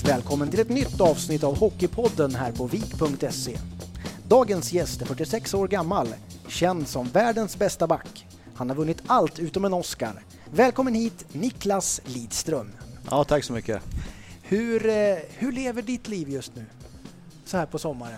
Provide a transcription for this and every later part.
Varmt välkommen till ett nytt avsnitt av Hockeypodden här på vik.se. Dagens gäst är 46 år gammal, känd som världens bästa back. Han har vunnit allt utom en Oscar. Välkommen hit, Niklas Lidström. Ja, tack så mycket. Hur lever ditt liv just nu? Så här på sommaren.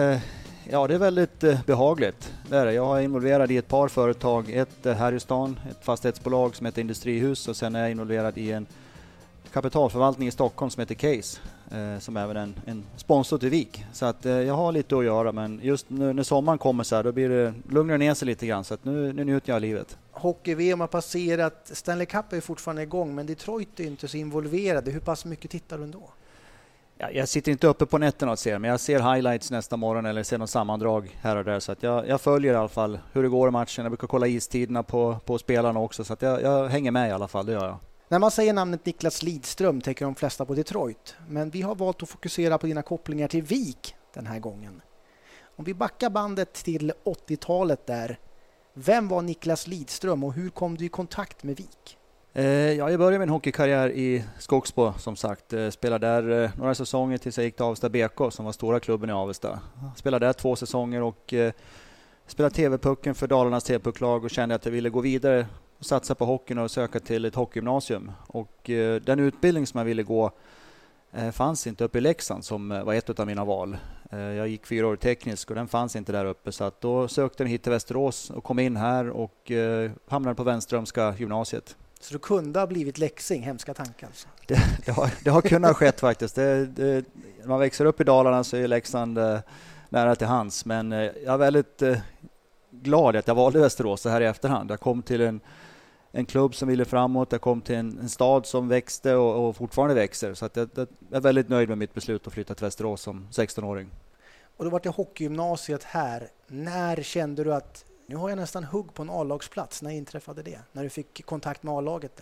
Ja, det är väldigt behagligt. Det är det. Jag är involverad i ett par företag. Ett här i stan, ett fastighetsbolag som heter Industrihus, och sen är jag involverad i en kapitalförvaltning i Stockholm som heter Case, som även en sponsor till Vik. Så att jag har lite att göra, men just nu när sommaren kommer så här, då blir det lugnar ner sig lite grann, så att nu njuter jag av livet. Hockey-VM har passerat, Stanley Cup är fortfarande igång, men Detroit är inte så involverade. Hur pass mycket tittar du ändå? Ja, jag sitter inte uppe på nätterna och ser, men jag ser highlights nästa morgon eller ser någon sammandrag här och där, så att jag följer i alla fall hur det går i matchen. Jag brukar kolla istiderna på spelarna också, så att jag hänger med i alla fall, det gör jag. När man säger namnet Niklas Lidström tänker de flesta på Detroit, men vi har valt att fokusera på dina kopplingar till Vik den här gången. Om vi backar bandet till 80-talet där, vem var Niklas Lidström och hur kom du i kontakt med Vik? Jag började med en hockeykarriär i Skogsbo, som sagt. Spelade där några säsonger tills jag gick till Avesta BK, som var stora klubben i Avesta. Spelade där 2 säsonger och spelade TV-pucken för Dalarnas TV-pucklag och kände att jag ville gå vidare och satsa på hockeyn och söka till ett hockeygymnasium. Och den utbildning som jag ville gå fanns inte uppe i Leksand, som var ett av mina val. Jag gick 4 år teknisk och den fanns inte där uppe, så att då sökte jag hit till Västerås och kom in här och hamnade på Vänströmska gymnasiet. Så du kunde ha blivit Leksing, hemska tankar alltså. Det har kunnat skett faktiskt. När man växer upp i Dalarna så är Leksand nära till hands, men jag är väldigt glad att jag valde Västerås så här i efterhand. Jag kom till en klubb som ville framåt, jag kom till en stad som växte och fortfarande växer, så att jag är väldigt nöjd med mitt beslut att flytta till Västerås som 16-åring. Och du var till hockeygymnasiet här. När kände du att nu har jag nästan hugg på en A-lagsplats? När inträffade det? När du fick kontakt med A-laget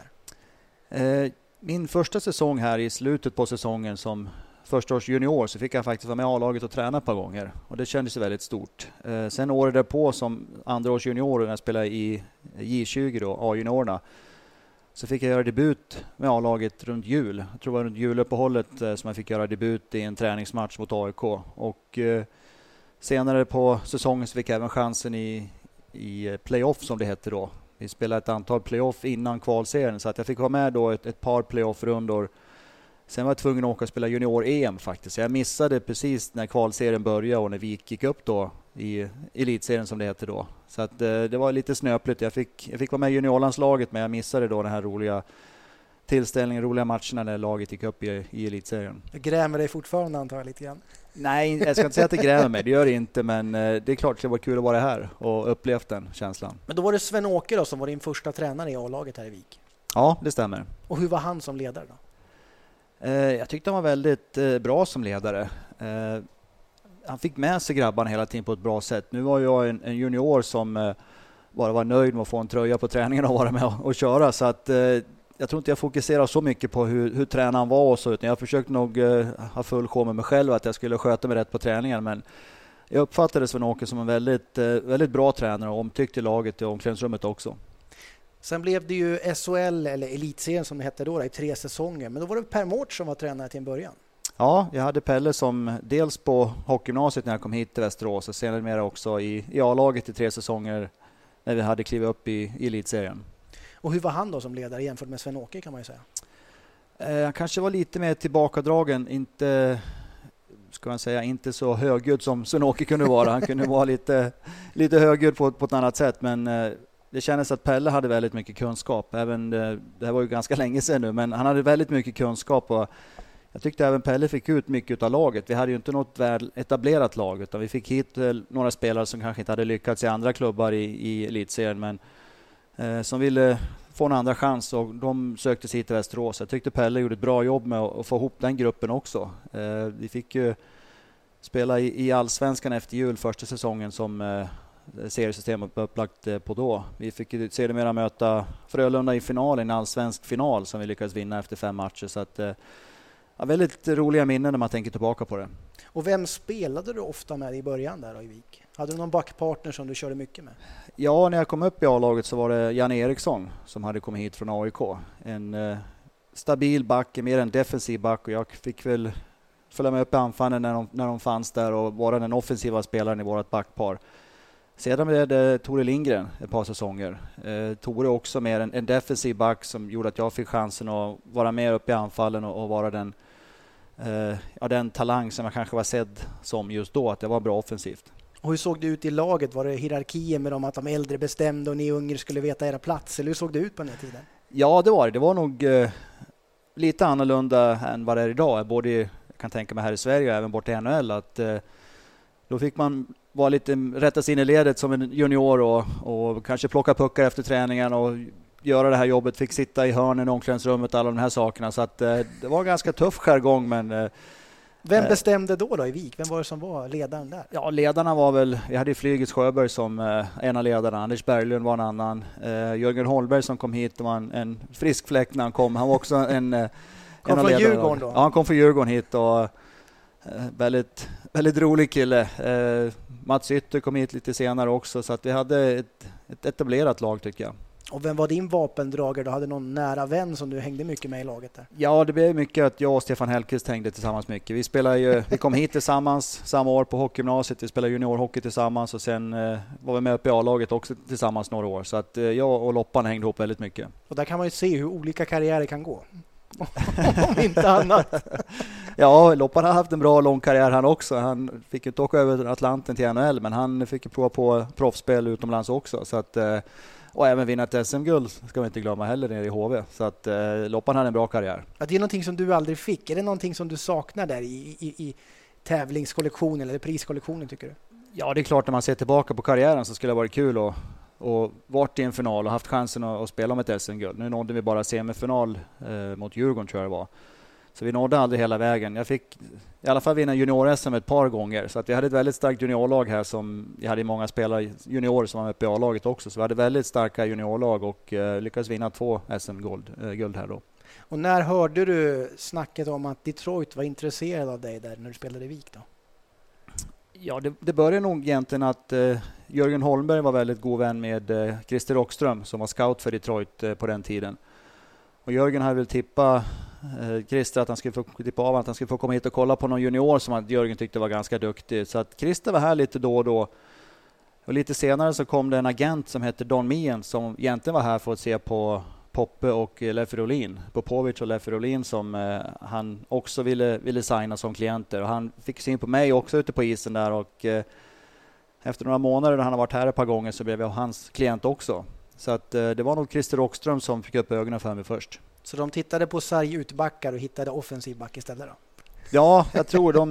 där? Min första säsong här, i slutet på säsongen som första års junior, så fick jag faktiskt vara med A-laget och träna ett par gånger. Och det kändes väldigt stort. Sen året därpå som andra års junior, när jag spelade i J20 då, A-juniorerna, så fick jag göra debut med A-laget runt jul. Jag tror det var runt juluppehållet som jag fick göra debut i en träningsmatch mot AIK. Och senare på säsongen så fick jag även chansen i playoff, som det hette då. Vi spelade ett antal playoff innan kvalserien, så att jag fick vara med då ett par playoff-rundor. Sen var jag tvungen att åka och spela junior-EM faktiskt. Jag missade precis när kvalserien började och när vi gick upp då i elitserien, som det hette då. Så att det var lite snöpligt. Jag fick vara med i juniorlandslaget, men jag missade då den här roliga tillställningen, roliga matcherna när laget gick upp i elitserien. Jag grämer dig fortfarande, antar jag, lite grann. Nej, jag ska inte säga att det grämer mig. Det gör det inte, men det är klart att det var kul att vara här och upplevt den känslan. Men då var det Sven-Åke då som var din första tränare i A-laget här i Vik? Ja, det stämmer. Och hur var han som ledare då? Jag tyckte han var väldigt bra som ledare. Han fick med sig grabbarna hela tiden på ett bra sätt. Nu var jag en junior som bara var nöjd med att få en tröja på träningen och vara med och köra. Så att jag tror inte jag fokuserar så mycket på hur tränaren var och så, utan jag försökte nog ha full sjå med mig själv att jag skulle sköta mig rätt på träningen. Men jag uppfattade Sven-Åke som en väldigt, väldigt bra tränare och omtyckte i laget i omklädningsrummet också. Sen blev det ju SHL, eller elitserien som det hette då, i 3 säsonger. Men då var det Per Mårts som var tränare till en början. Ja, jag hade Pelle som dels på hockeygymnasiet när jag kom hit till Västerås, och senare mer också i A-laget i 3 säsonger när vi hade klivit upp i elitserien. Och hur var han då som ledare jämfört med Sven-Åke, kan man ju säga? Han kanske var lite mer tillbakadragen, inte så högljudd som Sven-Åke kunde vara. Han kunde vara lite högljudd på ett annat sätt, men det kändes att Pelle hade väldigt mycket kunskap. Även det här var ju ganska länge sedan nu, men han hade väldigt mycket kunskap, och jag tyckte även Pelle fick ut mycket av laget. Vi hade ju inte något väl etablerat lag, utan vi fick hit några spelare som kanske inte hade lyckats i andra klubbar i elitserien, men som ville få en andra chans, och de sökte sig hit till Västerås. Jag tyckte Pelle gjorde ett bra jobb med att få ihop den gruppen också. Vi fick ju spela i Allsvenskan efter jul första säsongen som seriesystemet var upplagt på då. Vi fick ju sedermera möta Frölunda i finalen, en allsvensk final som vi lyckades vinna efter 5 matcher. Så att, väldigt roliga minnen när man tänker tillbaka på det. Och vem spelade du ofta med i början där då i Vik? Hade du någon backpartner som du körde mycket med? Ja, när jag kom upp i A-laget så var det Jan Eriksson som hade kommit hit från AIK. En stabil back, mer en defensiv back, och jag fick väl följa med upp i anfallen när de fanns där och vara den offensiva spelaren i vårt backpar. Sedan blev det Tore Lindgren ett par säsonger. Tore också mer en defensiv back som gjorde att jag fick chansen att vara med upp i anfallen och vara den talang som jag kanske var sedd som just då, att det var bra offensivt. Och hur såg det ut i laget? Var det hierarkier med dem att de äldre bestämde och ni ungar skulle veta era platser? Eller hur såg det ut på den här tiden? Ja, det var det. Det var nog lite annorlunda än vad det är idag. Både, jag kan tänka mig här i Sverige och även bort i NHL, att då fick man vara lite rätta sig in i ledet som en junior och kanske plocka puckar efter träningen och göra det här jobbet, fick sitta i hörnen i omklädningsrummet, alla de här sakerna. Så att det var en ganska tuff jargong, men vem bestämde då i Vik? Vem var det som var ledaren där? Ja, ledarna var väl, vi hade ju Flygets Sjöberg som en av ledarna, Anders Berglund var en annan, Jörgen Holmberg som kom hit var en frisk fläkt när han kom. Han var också en kom från Djurgården då? Ja, han kom från Djurgården hit och väldigt, väldigt rolig kille. Mats Ytter kom hit lite senare också, så att vi hade ett etablerat lag, tycker jag. Och vem var din vapendragare? Du hade någon nära vän som du hängde mycket med i laget där? Ja, det blev mycket att jag och Stefan Hellqvist hängde tillsammans mycket. Vi kom hit tillsammans samma år på hockeygymnasiet. Vi spelade juniorhockey tillsammans och sen var vi med upp i A-laget också tillsammans några år. Så att jag och Loppan hängde ihop väldigt mycket. Och där kan man ju se hur olika karriärer kan gå. Om inte annat. Ja, Loppan har haft en bra lång karriär han också. Han fick ju inte åka över Atlanten till NHL, men han fick ju prova på proffsspel utomlands också. Så att och även vinna ett SM-guld ska vi inte glömma heller nere i HV. Så att Loppan hade en bra karriär. Ja, det är någonting som du aldrig fick. Är det någonting som du saknar där i tävlingskollektionen eller priskollektionen, tycker du? Ja, det är klart, när man ser tillbaka på karriären så skulle det varit kul och varit i en final och haft chansen att spela om ett SM-guld. Nu nådde vi bara semifinal mot Djurgården, tror jag det var. Så vi nådde aldrig hela vägen. Jag fick i alla fall vinna junior-SM ett par gånger. Så att vi hade ett väldigt starkt juniorlag här som vi hade många spelare juniorer som var med på A-laget också. Så vi hade väldigt starka juniorlag och lyckades vinna 2 SM-guld här då. Och när hörde du snacket om att Detroit var intresserad av dig där när du spelade i Vik då? Ja, det började nog egentligen att Jörgen Holmberg var väldigt god vän med Christer Rockström som var scout för Detroit på den tiden. Och Jörgen hade väl tippat Christer att han skulle få komma hit och kolla på någon junior som att Jörgen tyckte var ganska duktig. Så att Christer var här lite då och då. Och lite senare så kom det en agent som hette Don Mien som egentligen var här för att se på Poppe och Leffe Olin. Popovic och Leffe Olin som han också ville signa som klienter. Och han fick syn på mig också ute på isen där och efter några månader när han har varit här ett par gånger så blev jag hans klient också. Så att det var nog Christer Rockström som fick upp ögonen för mig först. Så de tittade på sarg utbackar och hittade offensiv back istället då? Ja, jag tror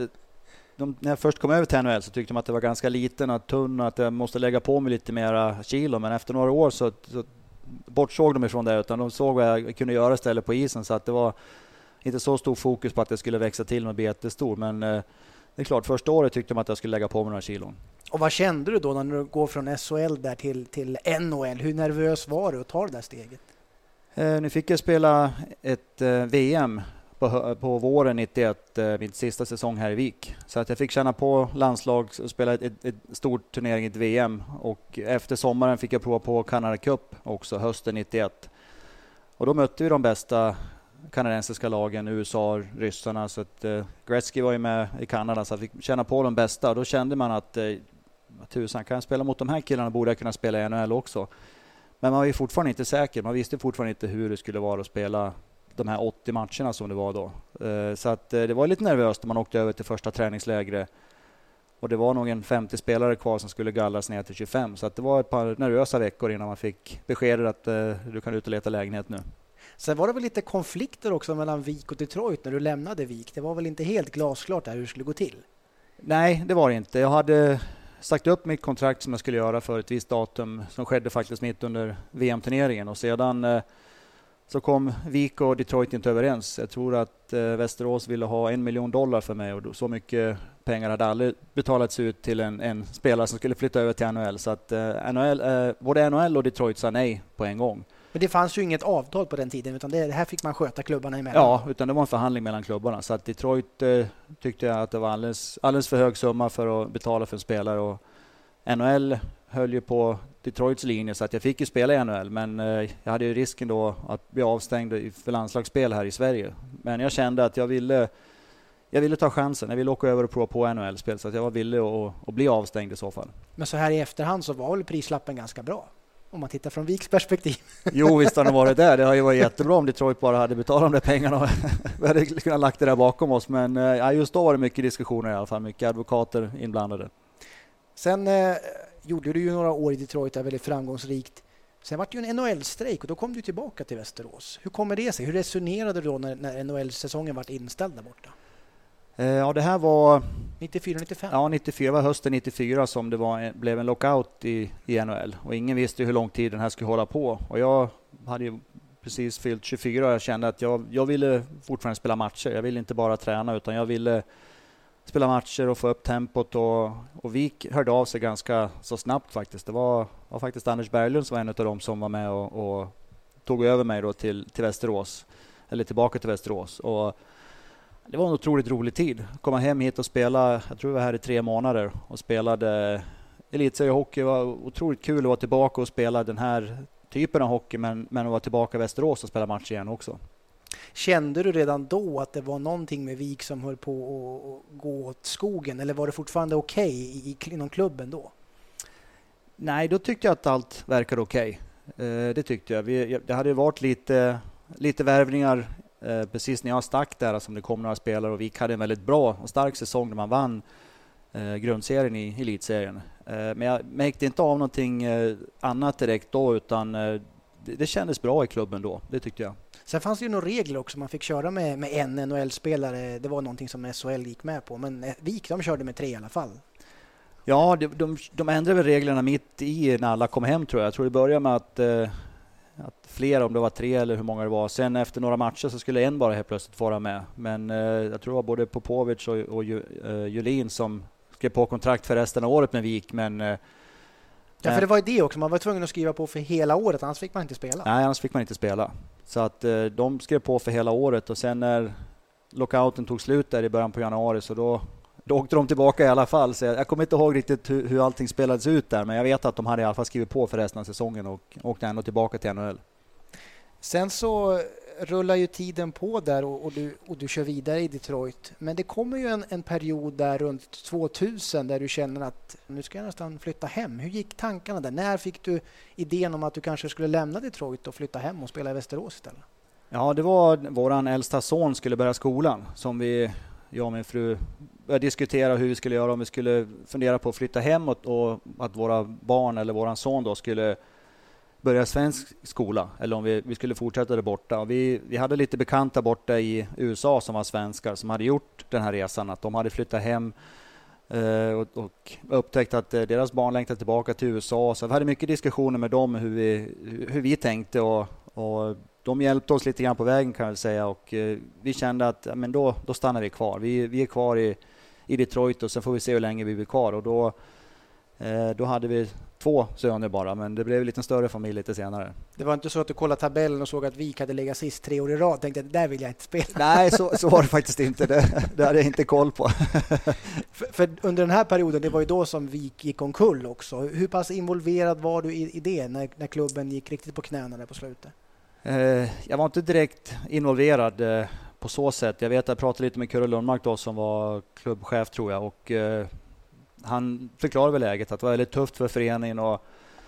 när jag först kom över till NHL så tyckte de att det var ganska liten och tunn och att jag måste lägga på mig lite mera kilo. Men efter några år så bortsåg de ifrån det, utan de såg vad jag kunde göra istället på isen. Så att det var inte så stor fokus på att jag skulle växa till och bli jättestor. Men det är klart, första året tyckte de att jag skulle lägga på mig några kilon. Och vad kände du då när du går från SHL där till NHL? Hur nervös var du att ta det där steget? Nu fick jag spela ett VM på våren 91, min sista säsong här i Vik. Så att jag fick känna på landslag och spela ett stort turnering i ett VM. Och efter sommaren fick jag prova på Canada Cup också, hösten 91. Och då mötte vi de bästa kanadensiska lagen, USA, ryssarna. Så att Gretzky var ju med i Kanada, så jag fick känna på de bästa. Och då kände man att tusan, kan jag spela mot de här killarna borde jag kunna spela i NHL också. Men man var ju fortfarande inte säker. Man visste fortfarande inte hur det skulle vara att spela de här 80 matcherna som det var då. Så att det var lite nervöst när man åkte över till första träningslägret. Och det var nog en 50 spelare kvar som skulle gallras ner till 25. Så att det var ett par nervösa veckor innan man fick beskedet att du kan ut och leta lägenhet nu. Sen var det väl lite konflikter också mellan Vik och Detroit när du lämnade Vik. Det var väl inte helt glasklart där hur det skulle gå till? Nej, det var det inte. Jag hade sagt upp mitt kontrakt som jag skulle göra för ett visst datum som skedde faktiskt mitt under VM-turneringen. Och sedan så kom Vik och Detroit inte överens. Jag tror att Västerås ville ha $1 miljon för mig och så mycket pengar hade aldrig betalats ut till en spelare som skulle flytta över till NHL. Så att både NHL och Detroit sa nej på en gång. Men det fanns ju inget avtal på den tiden, utan det här fick man sköta klubbarna emellan. Ja, utan det var en förhandling mellan klubbarna. Så att Detroit tyckte jag att det var alldeles för hög summa för att betala för en spelare. Och NHL höll ju på Detroits linje så att jag fick ju spela i NHL, men jag hade ju risken då att bli avstängd för landslagsspel här i Sverige. Men jag kände att jag ville ta chansen. Jag ville åka över och prova på NHL-spel, så att jag var villig att bli avstängd i så fall. Men så här i efterhand så var väl prislappen ganska bra? Om man tittar från Viks perspektiv. Jo, visst har det varit där. Det har ju varit jättebra om Detroit bara hade betalat de där pengarna. Vi hade kunnat lagt det där bakom oss. Men just då var det mycket diskussioner i alla fall. Mycket advokater inblandade. Sen gjorde du ju några år i Detroit, där väldigt framgångsrikt. Sen var det ju en NHL-strejk och då kom du tillbaka till Västerås. Hur kommer det sig? Hur resonerade du då när NHL-säsongen var inställd där borta? Ja, det här var 94-95. Ja, 94 var hösten 94 som det blev en lockout i NHL. Och ingen visste hur lång tid den här skulle hålla på. Och jag hade ju precis fyllt 24 och jag kände att jag ville fortfarande spela matcher. Jag ville inte bara träna, utan jag ville spela matcher och få upp tempot. Och Vik hörde av sig ganska så snabbt faktiskt. Det var faktiskt Anders Berglund som var en av dem som var med och tog över mig då till Västerås. Eller tillbaka till Västerås. Och det var en otroligt rolig tid. Komma hem hit och spela, jag tror vi var här i 3 månader och spelade elitseriehockey. Det var otroligt kul att vara tillbaka och spela den här typen av hockey, men att vara tillbaka i Västerås och spela match igen också. Kände du redan då att det var någonting med Vik som höll på att gå åt skogen, eller var det fortfarande okej inom klubben då? Nej, då tyckte jag att allt verkade okej. Det tyckte jag. Det hade varit lite värvningar precis när jag stack där, som det kom några spelare, och Vik hade en väldigt bra och stark säsong när man vann grundserien i elitserien. Men jag märkte inte av någonting annat direkt då, utan det kändes bra i klubben då, det tyckte jag. Sen fanns det ju några regler också, man fick köra med en NHL-spelare, det var någonting som SHL gick med på, men Vik, de körde med 3 i alla fall. Ja, de ändrade väl reglerna mitt i när alla kom hem, tror jag. Jag tror det började med att flera, om det var 3 eller hur många det var. Sen efter några matcher så skulle en bara helt plötsligt vara med. Men jag tror det var både Popovic och Julin som skrev på kontrakt för resten av året med Vik. Men, ja, för det var ju det också. Man var tvungen att skriva på för hela året, annars fick man inte spela. Nej, annars fick man inte spela. Så att de skrev på för hela året, och sen när lockouten tog slut där i början på januari, så då åkte de tillbaka i alla fall. Så jag kommer inte ihåg riktigt hur allting spelades ut där, men jag vet att de hade i alla fall skrivit på för resten av säsongen och åkte ändå tillbaka till NHL. Sen så rullar ju tiden på där och du kör vidare i Detroit. Men det kommer ju en period där runt 2000 där du känner att nu ska jag nästan flytta hem. Hur gick tankarna där? När fick du idén om att du kanske skulle lämna Detroit och flytta hem och spela i Västerås istället? Ja, det var våran äldsta son skulle börja skolan som jag och min fru började diskutera hur vi skulle göra, om vi skulle fundera på att flytta hem och att våra barn eller våran son då skulle börja svensk skola, eller om vi skulle fortsätta där borta. Och vi hade lite bekanta borta i USA som var svenskar som hade gjort den här resan, att de hade flyttat hem och upptäckt att deras barn längtade tillbaka till USA. Så vi hade mycket diskussioner med dem hur vi tänkte, och de hjälpte oss lite grann på vägen, kan jag säga, och vi kände att men då stannar vi kvar. Vi är kvar i Detroit, och sen får vi se hur länge vi blir kvar. Och då hade vi 2 söner bara, men det blev en lite större familj lite senare. Det var inte så att du kollade tabellen och såg att Vik hade legat sist 3 år i rad och tänkte att där vill jag inte spela? Nej, så var det faktiskt inte. Det hade jag inte koll på. för under den här perioden, det var ju då som Vik gick omkull också. Hur pass involverad var du i det när klubben gick riktigt på knäna där på slutet? Jag var inte direkt involverad på så sätt. Jag vet att jag pratade lite med Kurre Lundmark då, som var klubbchef, tror jag, och han förklarade väl läget att det var väldigt tufft för föreningen, och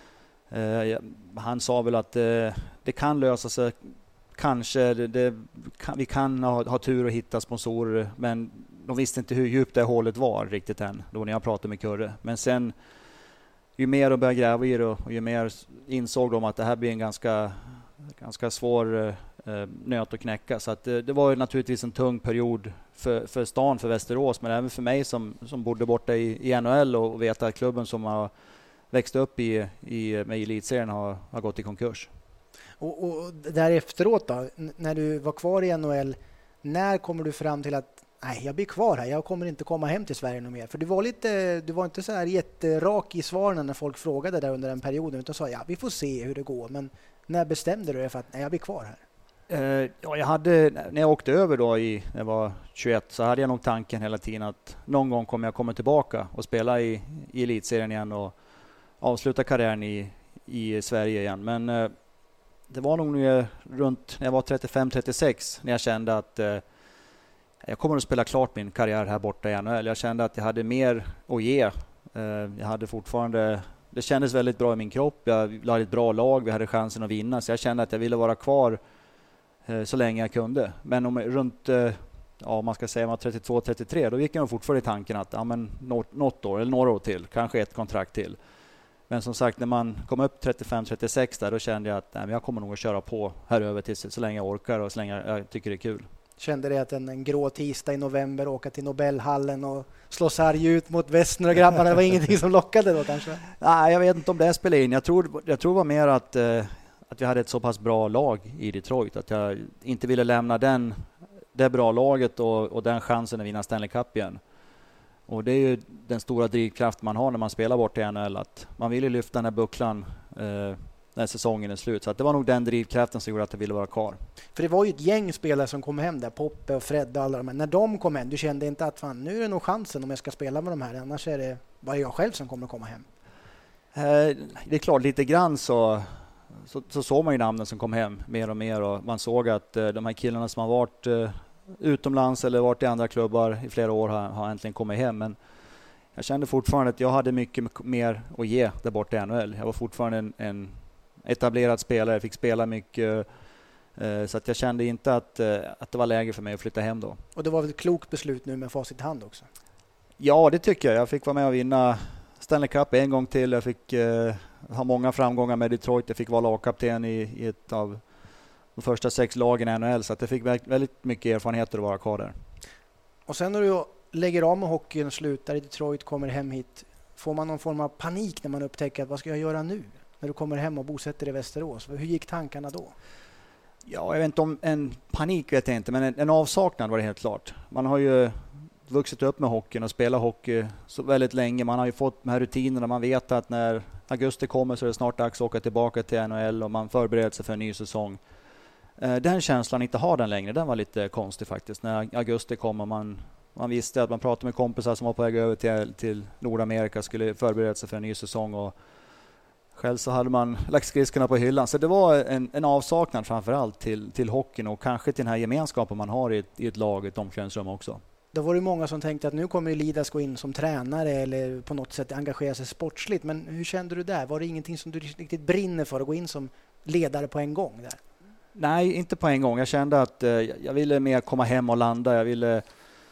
han sa väl att det kan lösa sig, kanske vi kan ha tur och hitta sponsorer, men de visste inte hur djupt det hålet var riktigt än då när jag pratade med Kurre. Men sen ju mer de började gräva i det, och ju mer insåg de att det här blir en ganska svår nöt att knäcka. Så att det var ju naturligtvis en tung period för stan, för Västerås, men även för mig som bodde borta i NHL och vet att klubben som har växt upp med elitserien har gått i konkurs. Och där efteråt då, när du var kvar i NHL, när kommer du fram till att nej, jag blir kvar här, jag kommer inte komma hem till Sverige någon mer? För du var inte så här jätterak i svaren när folk frågade där under den perioden, utan sa ja, vi får se hur det går. Men när bestämde du dig för att nej, jag blir kvar här? Ja, jag hade, när jag åkte över då när jag var 21 så hade jag nog tanken hela tiden att någon gång kommer jag komma tillbaka och spela i elitserien igen och avsluta karriären i Sverige igen. Men det var nog runt när jag var 35-36 när jag kände att jag kommer att spela klart min karriär här borta i NHL. Jag kände att jag hade mer att ge. Jag hade fortfarande, det kändes väldigt bra i min kropp. Jag hade ett bra lag, vi hade chansen att vinna. Så jag kände att jag ville vara kvar så länge jag kunde. Men runt, man ska säga 32-33, då gick jag fortfarande i tanken att något år eller några år till, kanske ett kontrakt till. Men som sagt, när man kom upp 35-36 där, då kände jag att jag kommer nog att köra på här över till så länge jag orkar och så länge jag tycker det är kul. Kände det att en grå tisdag i november åka till Nobelhallen och slå sarg ut mot Westner och grabbarna, det var ingenting som lockade då kanske? Nej, jag vet inte om det spelade in. Jag tror det var mer att vi hade ett så pass bra lag i Detroit att jag inte ville lämna det bra laget och den chansen att vinna Stanley Cup igen. Och det är ju den stora drivkraft man har när man spelar bort i NHL, att man vill ju lyfta den här bucklan när säsongen är slut. Så att det var nog den drivkraften som gjorde att jag ville vara kvar. För det var ju ett gäng spelare som kom hem där, Poppe och Fred och alla de här. När de kom hem, du kände inte att fan, nu är det nog chansen om jag ska spela med de här, annars är det bara jag själv som kommer att komma hem. Det är klart, lite grann så såg man ju namnen som kom hem mer och mer, och man såg att de här killarna som har varit utomlands eller varit i andra klubbar i flera år har äntligen kommit hem. Men jag kände fortfarande att jag hade mycket mer att ge där borta i NHL. Jag var fortfarande en etablerad spelare, jag fick spela mycket, så att jag kände inte att det var läge för mig att flytta hem då. Och det var väl ett klokt beslut nu med facit i hand också? Ja, det tycker jag. Jag fick vara med och vinna Stanley Cup en gång till. Jag fick ha många framgångar med Detroit. Jag fick vara lagkapten i ett av de första 6 lagen i NHL, så att jag fick väldigt mycket erfarenheter att vara kvar där. Och sen när du lägger av med hockeyn och slutar i Detroit, kommer hem hit, får man någon form av panik när man upptäcker att vad ska jag göra nu? När du kommer hem och bosätter i Västerås. Hur gick tankarna då? Ja, jag vet inte om en panik vet jag inte, men en avsaknad var det helt klart. Man har ju vuxit upp med hockeyn och spelat hockey så väldigt länge. Man har ju fått de här rutinerna. Man vet att när augusti kommer så är det snart dags att åka tillbaka till NHL och man förbereder sig för en ny säsong. Den känslan, inte ha den längre, den var lite konstig faktiskt. När augusti kommer, man visste att man pratade med kompisar som var på väg över till Nordamerika, skulle förbereda sig för en ny säsong, och själv så hade man lagt skridskorna på hyllan. Så det var en avsaknad framförallt till hockeyn och kanske till den här gemenskapen man har i ett lag, ett omklädningsrum också. Då var det många som tänkte att nu kommer Lidas gå in som tränare eller på något sätt engagera sig sportsligt. Men hur kände du där? Var det ingenting som du riktigt brinner för att gå in som ledare på en gång där? Nej, inte på en gång. Jag kände att jag ville mer komma hem och landa. Jag ville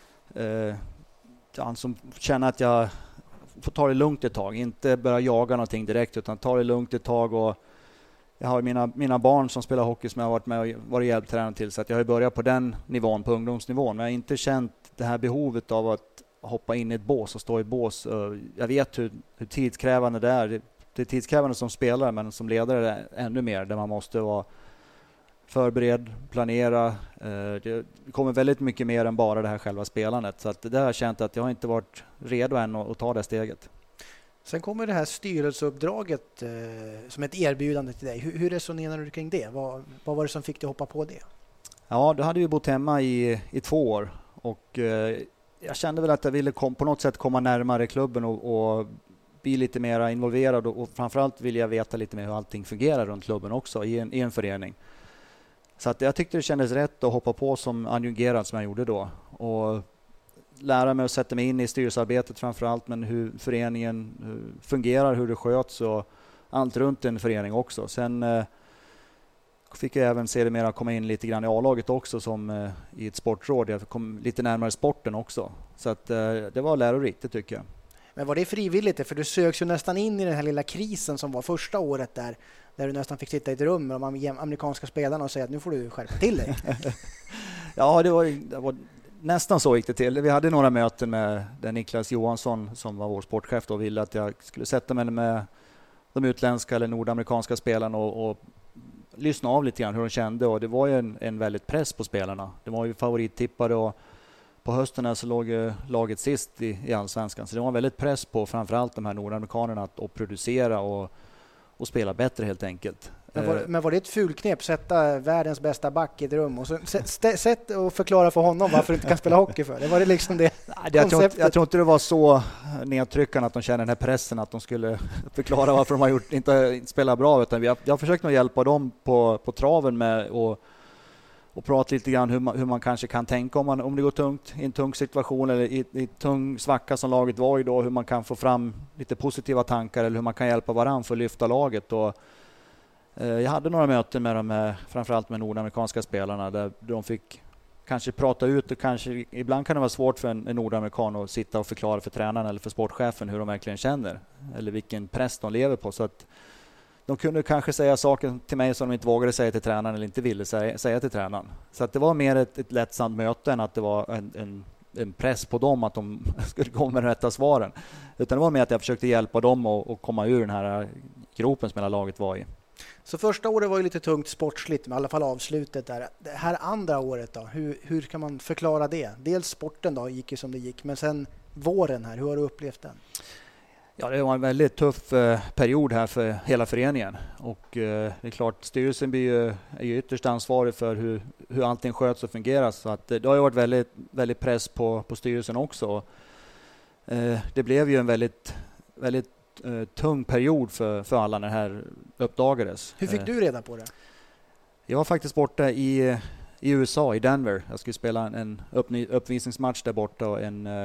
känna att jag får ta det lugnt ett tag. Inte börja jaga någonting direkt, utan ta det lugnt ett tag. Och jag har mina barn som spelar hockey som jag har varit med och varit hjälptränare till. Så att jag har börjat på den nivån, på ungdomsnivån. Men jag har inte känt det här behovet av att hoppa in i ett bås och stå i bås. Jag vet hur tidskrävande det är. Det är tidskrävande som spelare, men som ledare är det ännu mer. Där man måste vara förberedd, planera. Det kommer väldigt mycket mer än bara det här själva spelandet. Så att det där har jag känt att jag har inte varit redo än att ta det steget. Sen kommer det här styrelseuppdraget som ett erbjudande till dig. Hur resonerar du kring det? Vad var det som fick dig hoppa på det? Ja, då hade vi bott hemma i 2 år. Och jag kände väl att jag ville på något sätt komma närmare klubben och bli lite mer involverad. Och framförallt vill jag veta lite mer hur allting fungerar runt klubben också i en förening. Så att jag tyckte det kändes rätt att hoppa på som adjungerad som jag gjorde då. Och lära mig att sätta mig in i styrelsearbetet framförallt, men hur föreningen fungerar, hur det sköts och allt runt en förening också. Sen fick jag även se det mer att komma in lite grann i A-laget också som i ett sportråd. Jag kom lite närmare sporten också. Så att det var lärorikt, det tycker jag. Men var det frivilligt? För du söks ju nästan in i den här lilla krisen som var första året där du nästan fick sitta i ett rum med de amerikanska spelarna och säga att nu får du skärpa till dig. Ja, det var nästan så gick det till. Vi hade några möten med den Niklas Johansson som var vår sportchef och ville att jag skulle sätta mig med de utländska eller nordamerikanska spelarna och lyssna av lite grann hur de kände. Och det var ju en väldigt press på spelarna. Det var ju favorittippare och på hösten så låg laget sist i Allsvenskan. Så det var en väldigt press på framförallt de här nordamerikanerna att producera och spela bättre helt enkelt. Men var det ett fulknep? Sätta världens bästa back i ett rum och så sätt och förklara för honom varför du inte kan spela hockey för? Det var det liksom det konceptet? Jag tror inte det var så nedtryckande att de känner den här pressen att de skulle förklara varför de har inte spelat bra. Utan jag försökt nog hjälpa dem på traven med och prata lite grann hur man kanske kan tänka om det går tungt i en tung situation eller i tung svacka som laget var idag, hur man kan få fram lite positiva tankar eller hur man kan hjälpa varandra för att lyfta laget. Och jag hade några möten med dem, framförallt med nordamerikanska spelarna, där de fick kanske prata ut och kanske ibland kan det vara svårt för en nordamerikan att sitta och förklara för tränaren eller för sportchefen hur de verkligen känner eller vilken press de lever på. Så att de kunde kanske säga saker till mig som de inte vågade säga till tränaren eller inte ville säga till tränaren. Så att det var mer ett lättsamt möte än att det var en press på dem att de skulle komma med rätta svaren. Utan det var mer att jag försökte hjälpa dem att komma ur den här gropen som hela laget var i. Så första året var ju lite tungt sportsligt, men i alla fall avslutet där. Det här andra året då, hur kan man förklara det? Dels sporten då gick ju som det gick, men sen våren här, hur har du upplevt den? Ja, det var en väldigt tuff period här för hela föreningen och det är klart, styrelsen är ju ytterst ansvarig för hur allting sköts och fungerar, så att det har ju varit väldigt, väldigt press på styrelsen också. Det blev ju en väldigt tung period för alla när det här uppdagades. Hur fick du reda på det? Jag var faktiskt borta i USA, i Denver. Jag skulle spela en uppvisningsmatch där borta och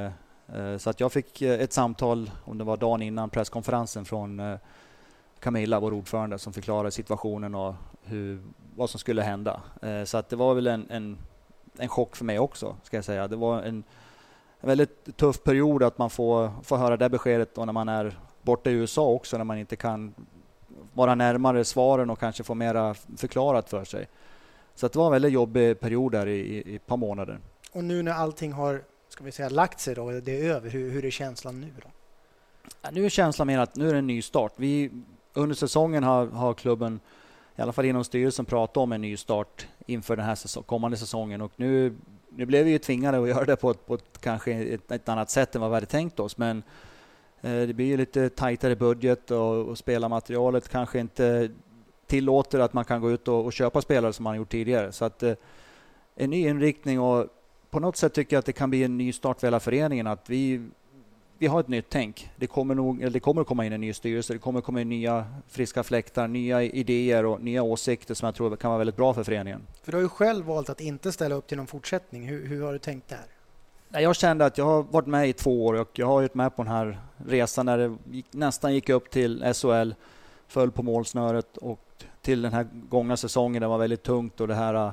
så att jag fick ett samtal, om det var dagen innan presskonferensen, från Camilla, vår ordförande, som förklarade situationen och vad som skulle hända. Så att det var väl en chock för mig också, ska jag säga. Det var en väldigt tuff period att man får höra det beskedet, och när man är borta i USA också, när man inte kan vara närmare svaren och kanske få mera förklarat för sig. Så att det var en väldigt jobbig period där i ett par månader. Och nu när allting har, ska vi säga, lagt sig då, det är över, hur är känslan nu då? Ja, nu är känslan mer att nu är det en ny start. Under säsongen har klubben, i alla fall inom styrelsen, pratat om en ny start inför den här kommande säsongen, och nu blev vi ju tvingade att göra det på ett kanske ett annat sätt än vad vi hade tänkt oss, men det blir ju lite tajtare budget och spelarmaterialet kanske inte tillåter att man kan gå ut och köpa spelare som man gjort tidigare. Så att en ny inriktning, och på något sätt tycker jag att det kan bli en ny start för hela föreningen, att vi har ett nytt tänk. Det kommer att komma in en ny styrelse, det kommer att komma in nya friska fläktar, nya idéer och nya åsikter som jag tror kan vara väldigt bra för föreningen. För du har ju själv valt att inte ställa upp till någon fortsättning. Hur har du tänkt där? Jag kände att jag har varit med i 2 år och jag har varit med på den här resan när det nästan gick upp till SHL, föll på målsnöret, och till den här gångna säsongen det var väldigt tungt, och det här,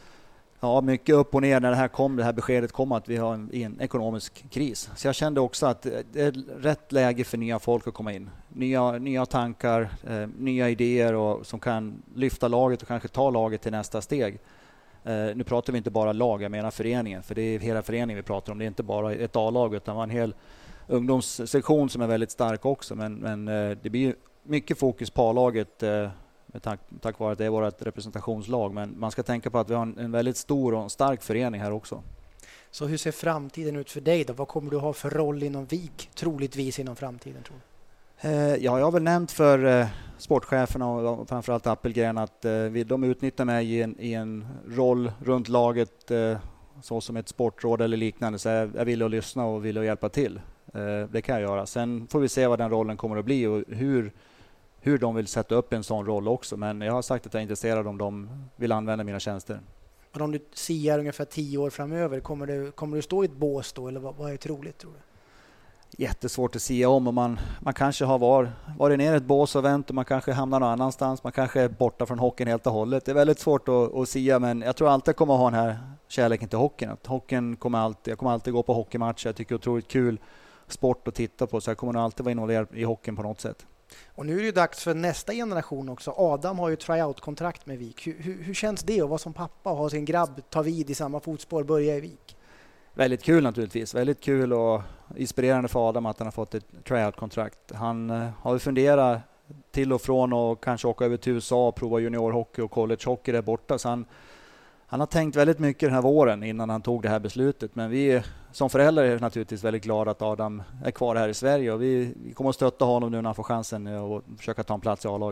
mycket upp och ner när det här beskedet kom att vi har en ekonomisk kris. Så jag kände också att det är rätt läge för nya folk att komma in. Nya tankar, nya idéer och som kan lyfta laget och kanske ta laget till nästa steg. Nu pratar vi inte bara lag, jag menar föreningen, för det är hela föreningen vi pratar om. Det är inte bara ett A-lag utan en hel ungdomssektion som är väldigt stark också. Men det blir mycket fokus på A-laget tack vare att det är vårt representationslag. Men man ska tänka på att vi har en väldigt stor och stark förening här också. Så hur ser framtiden ut för dig då? Vad kommer du ha för roll inom VIK troligtvis inom framtiden, tror du? Jag har väl nämnt för sportcheferna och framförallt Appelgren att vill de utnyttja mig i en roll runt laget så som ett sportråd eller liknande, så jag vill lyssna och vill hjälpa till. Det kan jag göra. Sen får vi se vad den rollen kommer att bli och hur de vill sätta upp en sån roll också. Men jag har sagt att jag är intresserad om de vill använda mina tjänster. Men om du siar ungefär 10 år framöver, kommer du stå i ett bås då, eller vad är troligt, tror du? Jättesvårt att sia om, och man kanske har varit ner i ett bås och vänt och man kanske hamnar någon annanstans. Man kanske är borta från hockeyn helt och hållet. Det är väldigt svårt att sia, men jag tror alltid kommer ha den här kärleken till hockeyn. Att hockeyn jag kommer alltid gå på hockeymatcher. Jag tycker det är otroligt kul sport att titta på, så jag kommer nog alltid vara involverad i hockeyn på något sätt. Och nu är det ju dags för nästa generation också. Adam har ju tryout-kontrakt med VIK. Hur känns det att vara som pappa och ha sin grabb ta vid i samma fotspår, börja i VIK? Väldigt kul naturligtvis. Väldigt kul och inspirerande för Adam att han har fått ett tryout-kontrakt. Han har funderat till och från och kanske åka över till USA och prova juniorhockey och collegehockey där borta. Så han har tänkt väldigt mycket den här våren innan han tog det här beslutet. Men vi som föräldrar är naturligtvis väldigt glada att Adam är kvar här i Sverige. Och vi kommer att stötta honom nu när han får chansen och försöka ta en plats i A-laget.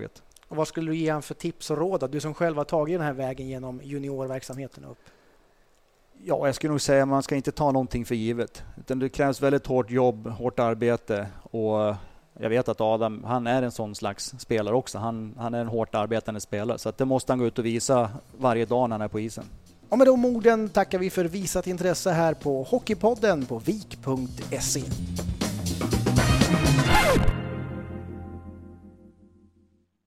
Och vad skulle du ge han för tips och råd? Du som själv har tagit den här vägen genom juniorverksamheten upp. Ja, jag skulle nog säga att man ska inte ta någonting för givet. Utan det krävs väldigt hårt jobb, hårt arbete. Och jag vet att Adam, han är en sån slags spelare också. Han är en hårt arbetande spelare. Så att det måste han gå ut och visa varje dag när han är på isen. Och med de orden tackar vi för visat intresse här på Hockeypodden på vik.se.